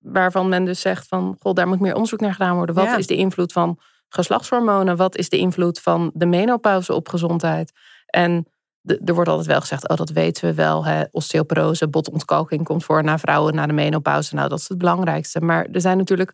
waarvan men dus zegt van, goh, daar moet meer onderzoek naar gedaan worden. Wat ja. is de invloed van geslachtshormonen? Wat is de invloed van de menopauze op gezondheid? En de, er wordt altijd wel gezegd, oh, dat weten we wel. Hè? Osteoporose, botontkalking komt voor na vrouwen na de menopauze. Nou, dat is het belangrijkste. Maar er zijn natuurlijk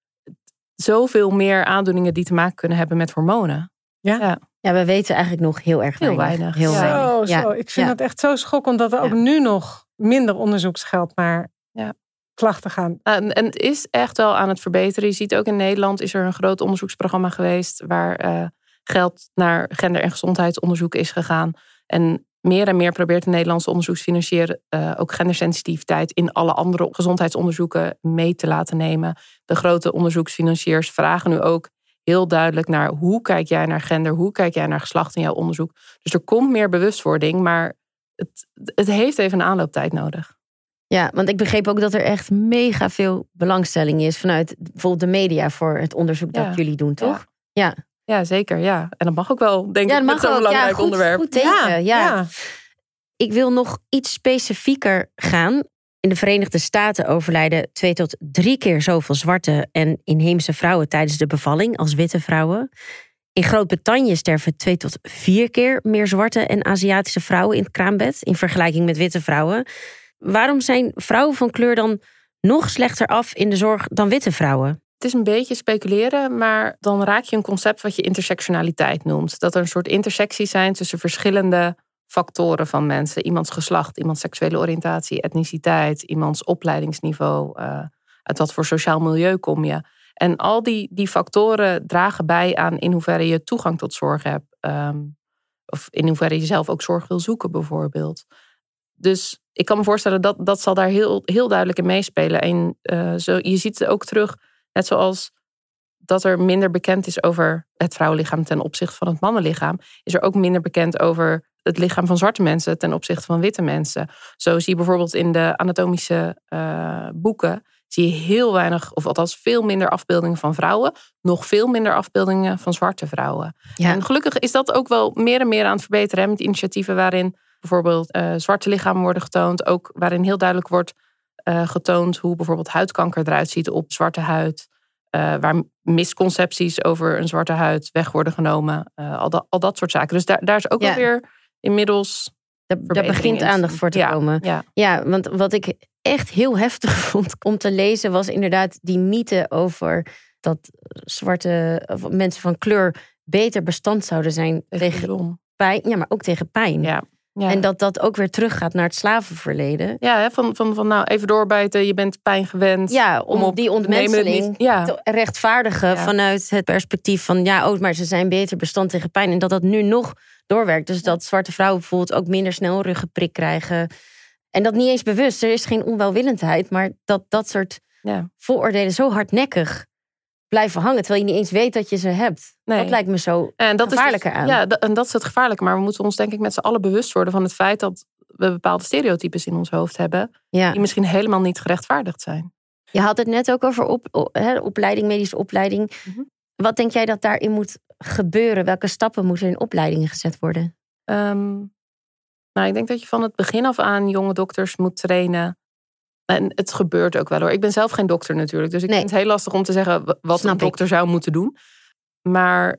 zoveel meer aandoeningen die te maken kunnen hebben met hormonen. Ja, ja. ja we weten eigenlijk nog heel erg heel weinig. weinig. Heel ja. weinig. Zo, zo. Ik vind ja. het echt zo schokkend dat er ook ja. nu nog minder onderzoeksgeld naar ja. klachten gaan. En, en het is echt wel aan het verbeteren. Je ziet ook in Nederland is er een groot onderzoeksprogramma geweest waar uh, geld naar gender- en gezondheidsonderzoek is gegaan. En meer en meer probeert de Nederlandse onderzoeksfinancier uh, ook gendersensitiviteit in alle andere gezondheidsonderzoeken mee te laten nemen. De grote onderzoeksfinanciers vragen nu ook heel duidelijk naar hoe kijk jij naar gender, hoe kijk jij naar geslacht in jouw onderzoek. Dus er komt meer bewustwording, maar het, het heeft even een aanlooptijd nodig. Ja, want ik begreep ook dat er echt mega veel belangstelling is vanuit bijvoorbeeld de media voor het onderzoek dat ja. jullie doen, toch? Ja. ja. Ja, zeker. Ja. En dat mag ook wel, denk ja, ik, met zo'n belangrijk ja, goed, onderwerp. Goed tegen, ja, ja. ja. Ik wil nog iets specifieker gaan. In de Verenigde Staten overlijden twee tot drie keer zoveel zwarte en inheemse vrouwen tijdens de bevalling als witte vrouwen. In Groot-Brittannië sterven twee tot vier keer meer zwarte en Aziatische vrouwen in het kraambed in vergelijking met witte vrouwen. Waarom zijn vrouwen van kleur dan nog slechter af in de zorg dan witte vrouwen? Het is een beetje speculeren, maar dan raak je een concept wat je intersectionaliteit noemt. Dat er een soort intersecties zijn tussen verschillende factoren van mensen. Iemands geslacht, iemands seksuele oriëntatie, etniciteit, iemands opleidingsniveau. Uh, uit wat voor sociaal milieu kom je. En al die, die factoren dragen bij aan in hoeverre je toegang tot zorg hebt. Um, of in hoeverre je zelf ook zorg wil zoeken bijvoorbeeld. Dus ik kan me voorstellen dat dat zal daar heel, heel duidelijk in meespelen. En uh, zo, je ziet het ook terug, net zoals dat er minder bekend is over het vrouwenlichaam ten opzichte van het mannenlichaam, is er ook minder bekend over het lichaam van zwarte mensen ten opzichte van witte mensen. Zo zie je bijvoorbeeld in de anatomische uh, boeken, zie je heel weinig, of althans veel minder afbeeldingen van vrouwen, nog veel minder afbeeldingen van zwarte vrouwen. Ja. En gelukkig is dat ook wel meer en meer aan het verbeteren, hè, met initiatieven waarin bijvoorbeeld uh, zwarte lichamen worden getoond, ook waarin heel duidelijk wordt uh, getoond hoe bijvoorbeeld huidkanker eruit ziet op zwarte huid. Uh, waar misconcepties over een zwarte huid weg worden genomen. Uh, al, dat, al dat soort zaken. Dus daar, daar is ook ja. alweer inmiddels Daar, daar begint aandacht voor te ja, komen. Ja. ja, want wat ik echt heel heftig vond om te lezen was inderdaad die mythe over dat zwarte of mensen van kleur beter bestand zouden zijn tegen, tegen pijn. Ja, maar ook tegen pijn. Ja. Ja. En dat dat ook weer teruggaat naar het slavenverleden. Ja, hè, van, van, van nou even doorbijten, je bent pijn gewend. Ja, om, om op die ontmenseling ja. te rechtvaardigen ja. vanuit het perspectief van ja, oh, maar ze zijn beter bestand tegen pijn. En dat dat nu nog doorwerkt. Dus dat zwarte vrouwen bijvoorbeeld ook minder snel ruggenprik krijgen. En dat niet eens bewust. Er is geen onwelwillendheid, maar dat dat soort ja. vooroordelen zo hardnekkig blijven hangen, terwijl je niet eens weet dat je ze hebt. Nee. Dat lijkt me zo en dat gevaarlijker is dus, aan. Ja, en dat is het gevaarlijke. Maar we moeten ons denk ik met z'n allen bewust worden van het feit dat we bepaalde stereotypes in ons hoofd hebben, ja. die misschien helemaal niet gerechtvaardigd zijn. Je had het net ook over op, op, he, opleiding, medische opleiding. Mm-hmm. Wat denk jij dat daarin moet gebeuren? Welke stappen moeten in opleidingen gezet worden? Um, nou, ik denk dat je van het begin af aan jonge dokters moet trainen. En het gebeurt ook wel hoor. Ik ben zelf geen dokter natuurlijk. Dus ik nee. vind het heel lastig om te zeggen wat Snap een dokter ik. zou moeten doen. Maar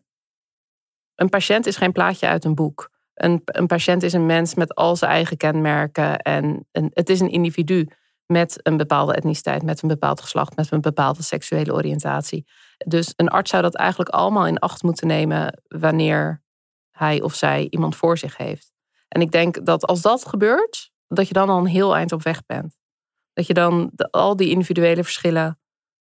een patiënt is geen plaatje uit een boek. Een, een patiënt is een mens met al zijn eigen kenmerken. En een, het is een individu met een bepaalde etniciteit, met een bepaald geslacht, met een bepaalde seksuele oriëntatie. Dus een arts zou dat eigenlijk allemaal in acht moeten nemen wanneer hij of zij iemand voor zich heeft. En ik denk dat als dat gebeurt, dat je dan al een heel eind op weg bent. Dat je dan de, al die individuele verschillen,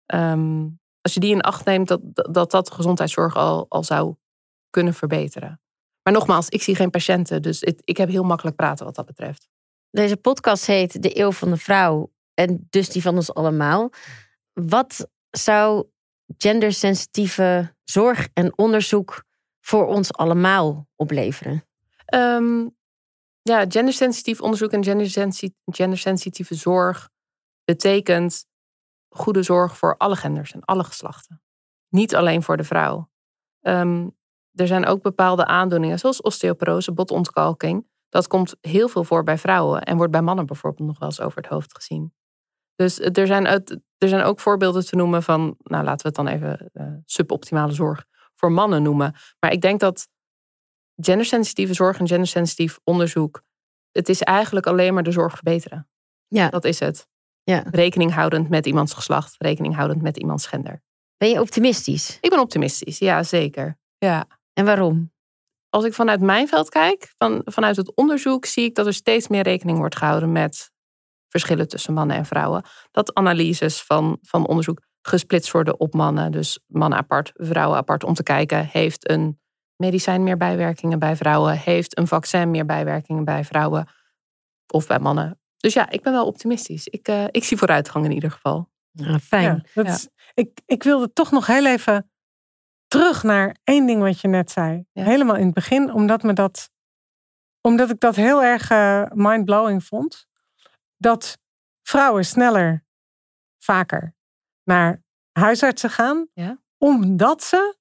um, als je die in acht neemt, dat dat, dat de gezondheidszorg al, al zou kunnen verbeteren. Maar nogmaals, ik zie geen patiënten, dus het, ik heb heel makkelijk praten wat dat betreft. Deze podcast heet De Eeuw van de Vrouw en dus die van ons allemaal. Wat zou gendersensitieve zorg en onderzoek voor ons allemaal opleveren? Um, ja, gendersensitief onderzoek en gendersensi- gendersensitieve zorg betekent goede zorg voor alle genders en alle geslachten. Niet alleen voor de vrouw. Um, er zijn ook bepaalde aandoeningen, zoals osteoporose, botontkalking. Dat komt heel veel voor bij vrouwen en wordt bij mannen bijvoorbeeld nog wel eens over het hoofd gezien. Dus er zijn uit, er zijn ook voorbeelden te noemen van, nou laten we het dan even uh, suboptimale zorg voor mannen noemen. Maar ik denk dat gendersensitieve zorg en gendersensitief onderzoek, het is eigenlijk alleen maar de zorg verbeteren. Ja. Dat is het. Ja. Rekening houdend met iemands geslacht, rekening houdend met iemands gender. Ben je optimistisch? Ik ben optimistisch, ja zeker. Ja. En waarom? Als ik vanuit mijn veld kijk, van, vanuit het onderzoek, zie ik dat er steeds meer rekening wordt gehouden met verschillen tussen mannen en vrouwen. Dat analyses van, van onderzoek gesplitst worden op mannen. Dus mannen apart, vrouwen apart. Om te kijken, heeft een medicijn meer bijwerkingen bij vrouwen? Heeft een vaccin meer bijwerkingen bij vrouwen? Of bij mannen? Dus ja, ik ben wel optimistisch. Ik, uh, ik zie vooruitgang in ieder geval. Ja, fijn. Ja, dat Ja. Is, ik, ik wilde toch nog heel even terug naar één ding wat je net zei. Ja. Helemaal in het begin, omdat, me dat, omdat ik dat heel erg uh, mindblowing vond. Dat vrouwen sneller, vaker naar huisartsen gaan. Ja. Omdat ze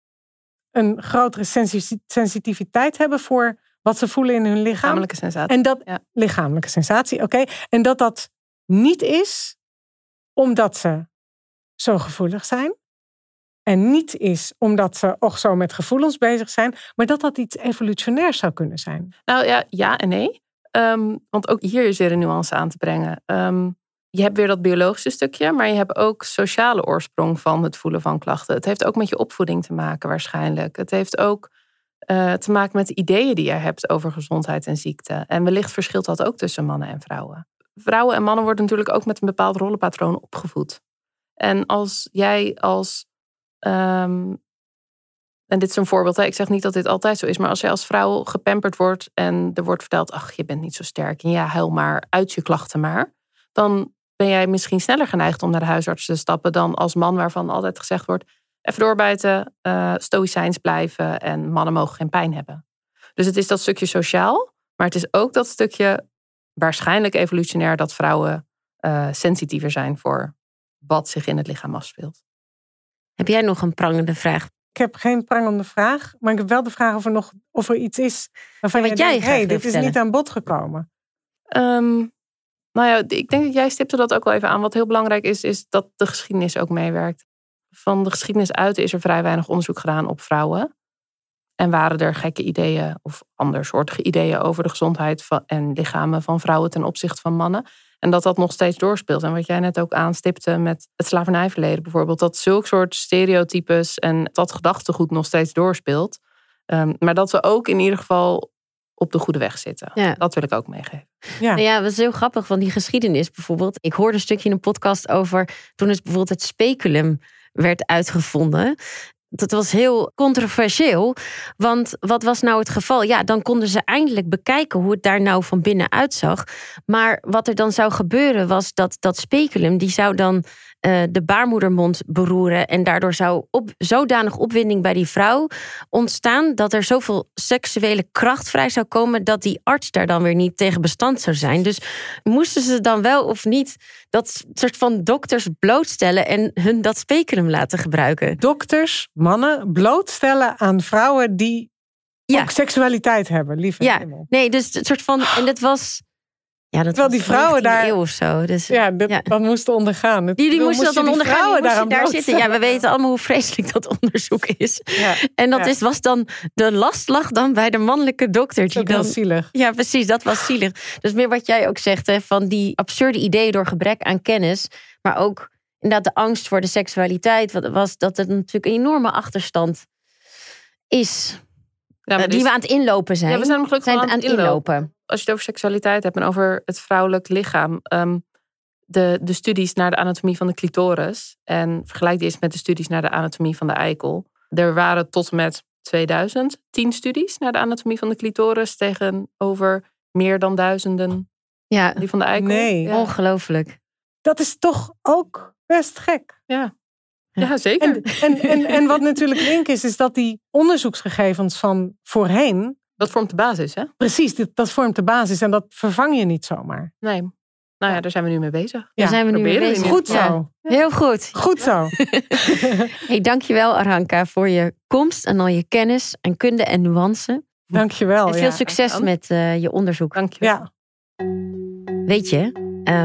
een grotere sensi- sensitiviteit hebben voor wat ze voelen in hun lichaam. Lichamelijke sensatie. En dat, Ja. lichamelijke sensatie, oké. Okay. En dat dat niet is omdat ze zo gevoelig zijn. En niet is omdat ze ook zo met gevoelens bezig zijn. Maar dat dat iets evolutionairs zou kunnen zijn. Nou ja, ja en nee. Um, want ook hier is weer een nuance aan te brengen. Um, je hebt weer dat biologische stukje, maar je hebt ook sociale oorsprong van het voelen van klachten. Het heeft ook met je opvoeding te maken waarschijnlijk. Het heeft ook uh, te maken met de ideeën die je hebt over gezondheid en ziekte. En wellicht verschilt dat ook tussen mannen en vrouwen. Vrouwen en mannen worden natuurlijk ook met een bepaald rollenpatroon opgevoed. En als jij als... Um, en dit is een voorbeeld, hè? Ik zeg niet dat dit altijd zo is, maar als jij als vrouw gepamperd wordt en er wordt verteld, ach, je bent niet zo sterk en ja, huil maar uit je klachten maar, dan ben jij misschien sneller geneigd om naar de huisarts te stappen dan als man waarvan altijd gezegd wordt, even doorbijten, uh, stoïcijns blijven en mannen mogen geen pijn hebben. Dus het is dat stukje sociaal, maar het is ook dat stukje waarschijnlijk evolutionair dat vrouwen uh, sensitiever zijn voor wat zich in het lichaam afspeelt. Heb jij nog een prangende vraag? Ik heb geen prangende vraag, maar ik heb wel de vraag of er nog of er iets is waarvan ja, je jij denkt, hey, dit is vertellen. niet aan bod gekomen. Um, nou ja, ik denk dat jij stipte dat ook wel even aan. Wat heel belangrijk is, is dat de geschiedenis ook meewerkt. Van de geschiedenis uit is er vrij weinig onderzoek gedaan op vrouwen. En waren er gekke ideeën of andersoortige ideeën over de gezondheid van, en lichamen van vrouwen ten opzichte van mannen. En dat dat nog steeds doorspeelt. En wat jij net ook aanstipte met het slavernijverleden bijvoorbeeld. Dat zulke soort stereotypes en dat gedachtegoed nog steeds doorspeelt. Um, maar dat we ook in ieder geval op de goede weg zitten. Ja. Dat wil ik ook meegeven. Ja. Nou ja, dat is heel grappig, want die geschiedenis bijvoorbeeld. Ik hoorde een stukje in een podcast over toen het bijvoorbeeld het speculum werd uitgevonden. Dat was heel controversieel, want wat was nou het geval? Ja, dan konden ze eindelijk bekijken hoe het daar nou van binnen uitzag. Maar wat er dan zou gebeuren was dat dat speculum, die zou dan uh, de baarmoedermond beroeren. En daardoor zou op, zodanig opwinding bij die vrouw ontstaan dat er zoveel seksuele kracht vrij zou komen dat die arts daar dan weer niet tegen bestand zou zijn. Dus moesten ze dan wel of niet dat soort van dokters blootstellen en hun dat speculum laten gebruiken? Dokters, mannen, blootstellen aan vrouwen die Ja. ook seksualiteit hebben, lieve Ja, hemel. nee, dus het soort van, en dat was, ja, dat Terwijl was die vrouwen negentiende daar- eeuw of zo. Dus, Ja, dat, Ja. dat moesten ondergaan. Het- Die, die bedoel, moesten dat moest dan je die ondergaan, die vrouwen moesten daar daaraan zitten. Ja, we weten allemaal hoe vreselijk dat onderzoek is. Ja. En dat Ja. is, was dan, de last lag dan bij de mannelijke dokter. Dat is Die ook heel dan, zielig. ja, precies, dat was zielig. Dus meer wat jij ook zegt, hè, van die absurde ideeën door gebrek aan kennis. Maar ook inderdaad de angst voor de seksualiteit. Wat was dat er natuurlijk een enorme achterstand is. Ja, uh, maar die dus- we aan het inlopen zijn. Ja, we zijn hem gelukkig zijn wel aan het inlopen. Als je het over seksualiteit hebt en over het vrouwelijk lichaam. Um, de, de studies naar de anatomie van de clitoris. En vergelijk die eens met de studies naar de anatomie van de eikel. Er waren tot en met tweeduizend tien studies naar de anatomie van de clitoris. Tegenover meer dan duizenden Ja, die van de eikel. Nee. Ja, ongelooflijk. Dat is toch ook best gek. ja. ja zeker. En, en, en, en wat natuurlijk link is, is dat die onderzoeksgegevens van voorheen, Dat vormt de basis, hè? precies, dit, dat vormt de basis en dat vervang je niet zomaar. Nee. Nou ja, daar zijn we nu mee bezig. Daar Ja, zijn we nu mee proberen we bezig. in Goed Ja. zo. Heel goed. Goed zo. Hey, dankjewel Aranka voor je komst en al je kennis en kunde en nuance. Dankjewel. En veel ja. succes dan. met uh, je onderzoek. Dank je wel. Ja. Weet je, um,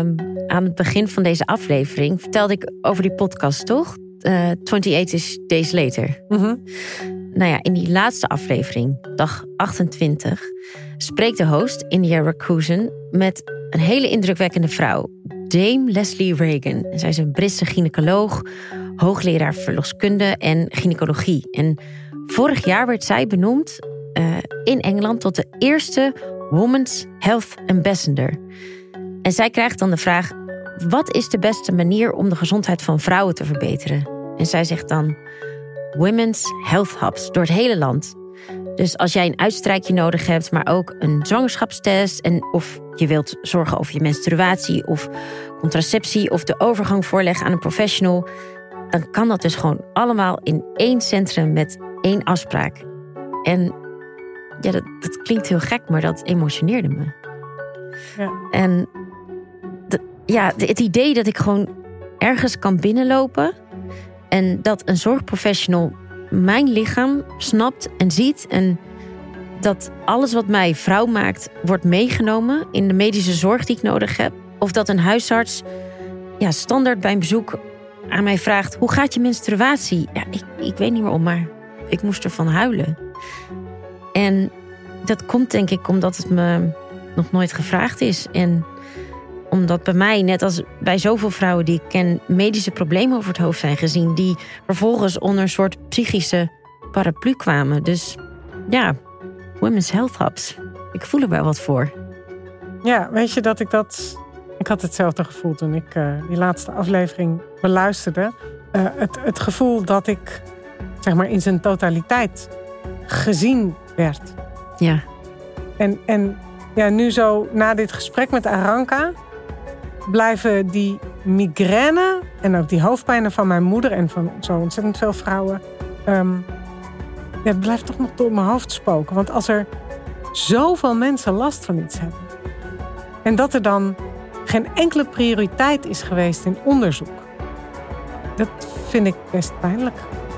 aan het begin van deze aflevering vertelde ik over die podcast, toch? Uh, twenty-eight Days Later. Mm-hmm. Nou ja, in die laatste aflevering, dag achtentwintig, spreekt de host, India Rakusan, met een hele indrukwekkende vrouw, Dame Leslie Regan. Zij is een Britse gynaecoloog, hoogleraar verloskunde en gynaecologie. En vorig jaar werd zij benoemd uh, in Engeland tot de eerste Women's Health Ambassador. En zij krijgt dan de vraag: wat is de beste manier om de gezondheid van vrouwen te verbeteren? En zij zegt dan: Women's Health Hubs door het hele land. Dus als jij een uitstrijkje nodig hebt, maar ook een zwangerschapstest, en of je wilt zorgen over je menstruatie of contraceptie of de overgang voorleggen aan een professional, dan kan dat dus gewoon allemaal in één centrum met één afspraak. En ja, dat, dat klinkt heel gek, maar dat emotioneerde me. Ja. En de, ja, het idee dat ik gewoon ergens kan binnenlopen en dat een zorgprofessional mijn lichaam snapt en ziet, en dat alles wat mij vrouw maakt wordt meegenomen in de medische zorg die ik nodig heb. Of dat een huisarts ja, standaard bij een bezoek aan mij vraagt: hoe gaat je menstruatie? Ja, ik, ik weet niet meer om, maar ik moest ervan huilen. En dat komt denk ik omdat het me nog nooit gevraagd is. En omdat bij mij, net als bij zoveel vrouwen die ik ken, medische problemen over het hoofd zijn gezien, die vervolgens onder een soort psychische paraplu kwamen. Dus ja, Women's Health Hubs. Ik voel er wel wat voor. Ja, weet je dat ik dat... Ik had hetzelfde gevoel toen ik uh, die laatste aflevering beluisterde. Uh, het, het gevoel dat ik, zeg maar, in zijn totaliteit gezien werd. Ja. En, en ja, nu zo, na dit gesprek met Aranka, blijven die migraine en ook die hoofdpijnen van mijn moeder en van zo ontzettend veel vrouwen, Um, ja, het blijft toch nog door mijn hoofd spoken. Want als er zoveel mensen last van iets hebben en dat er dan geen enkele prioriteit is geweest in onderzoek, dat vind ik best pijnlijk.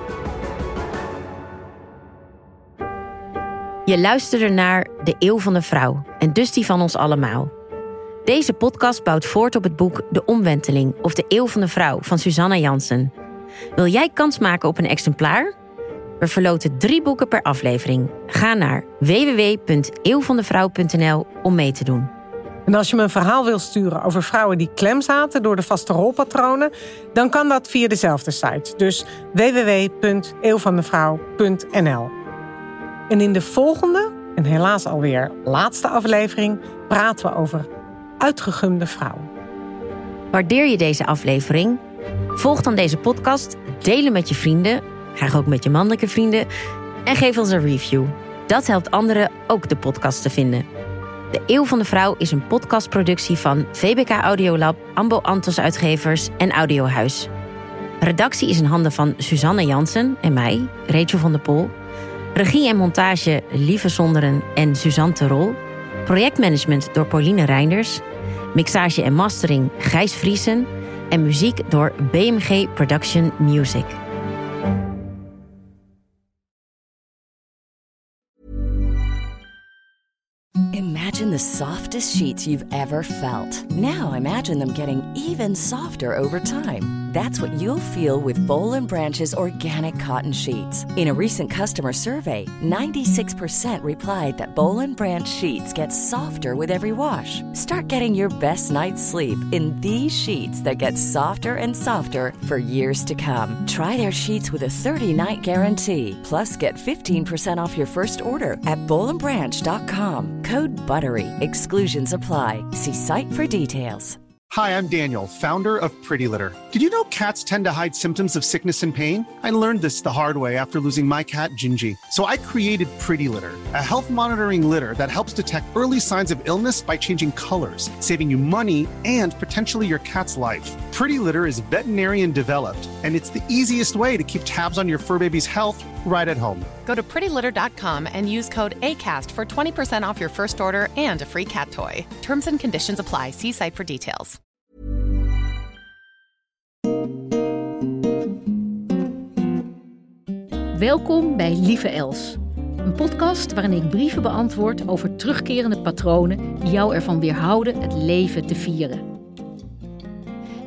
Je luisterde naar De Eeuw van de Vrouw en dus die van ons allemaal. Deze podcast bouwt voort op het boek De Omwenteling of De Eeuw van de Vrouw van Susanna Jansen. Wil jij kans maken op een exemplaar? We verloten drie boeken per aflevering. Ga naar w w w punt eeuw van de vrouw punt n l om mee te doen. En als je me een verhaal wil sturen over vrouwen die klem zaten door de vaste rolpatronen, dan kan dat via dezelfde site. Dus w w w punt eeuw van de vrouw punt n l. En in de volgende, en helaas alweer laatste aflevering, praten we over uitgegumde vrouwen. Waardeer je deze aflevering? Volg dan deze podcast, deel hem met je vrienden, graag ook met je mannelijke vrienden, en geef ons een review. Dat helpt anderen ook de podcast te vinden. De Eeuw van de Vrouw is een podcastproductie van V B K Audiolab, Ambo Antos Uitgevers en Audiohuis. Redactie is in handen van Susanne Jansen en mij, Rachel van der Pol. Regie en montage Lieve Zonderen en Suzanne Terol. Projectmanagement door Pauline Reinders. Mixage en mastering Gijs Vriesen. En muziek door B M G Production Music. Imagine the softest sheets you've ever felt. Now imagine them getting even softer over time. That's what you'll feel with Boll and Branch's organic cotton sheets. In a recent customer survey, ninety-six percent replied that Boll and Branch sheets get softer with every wash. Start getting your best night's sleep in these sheets that get softer and softer for years to come. Try their sheets with a thirty-night guarantee. Plus, get fifteen percent off your first order at boll and branch dot com. Code BUTTERY. Exclusions apply. See site for details. Hi, I'm Daniel, founder of Pretty Litter. Did you know cats tend to hide symptoms of sickness and pain? I learned this the hard way after losing my cat, Gingy. So I created Pretty Litter, a health monitoring litter that helps detect early signs of illness by changing colors, saving you money and potentially your cat's life. Pretty Litter is veterinarian developed, and it's the easiest way to keep tabs on your fur baby's health right at home. Go to pretty litter dot com and use code ACAST for twenty percent off your first order and a free cat toy. Terms and conditions apply. See site for details. Welkom bij Lieve Els, een podcast waarin ik brieven beantwoord over terugkerende patronen die jou ervan weerhouden het leven te vieren.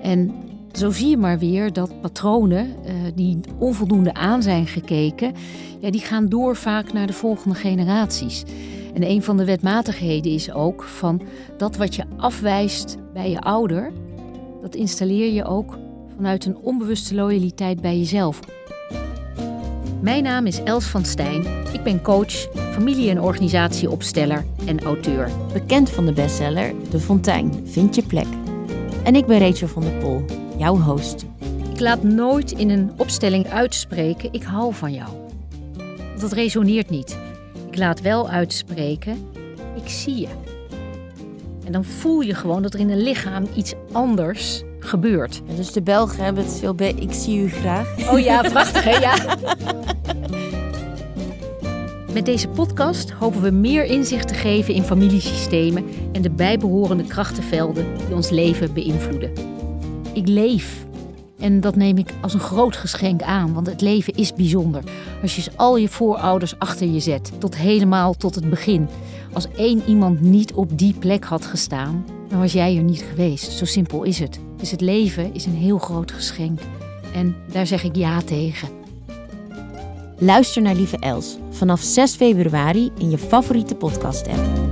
En zo zie je maar weer dat patronen uh, die onvoldoende aan zijn gekeken, ja, die gaan door vaak naar de volgende generaties. En een van de wetmatigheden is ook van dat wat je afwijst bij je ouder, dat installeer je ook vanuit een onbewuste loyaliteit bij jezelf. Mijn naam is Els van Stijn. Ik ben coach, familie- en organisatieopsteller en auteur. Bekend van de bestseller De Fontein, Vind je plek. En ik ben Rachel van der Pol, jouw host. Ik laat nooit in een opstelling uitspreken, ik hou van jou. Want dat resoneert niet. Ik laat wel uitspreken, ik zie je. En dan voel je gewoon dat er in een lichaam iets anders gebeurt. Ja, dus de Belgen hebben het veel bij ik zie u graag. Oh ja, prachtig hè, ja. Met deze podcast hopen we meer inzicht te geven in familiesystemen en de bijbehorende krachtenvelden die ons leven beïnvloeden. Ik leef. En dat neem ik als een groot geschenk aan, want het leven is bijzonder. Als je al je voorouders achter je zet, tot helemaal tot het begin. Als één iemand niet op die plek had gestaan, dan was jij er niet geweest. Zo simpel is het. Dus het leven is een heel groot geschenk. En daar zeg ik ja tegen. Luister naar Lieve Els vanaf zes februari in je favoriete podcast-app.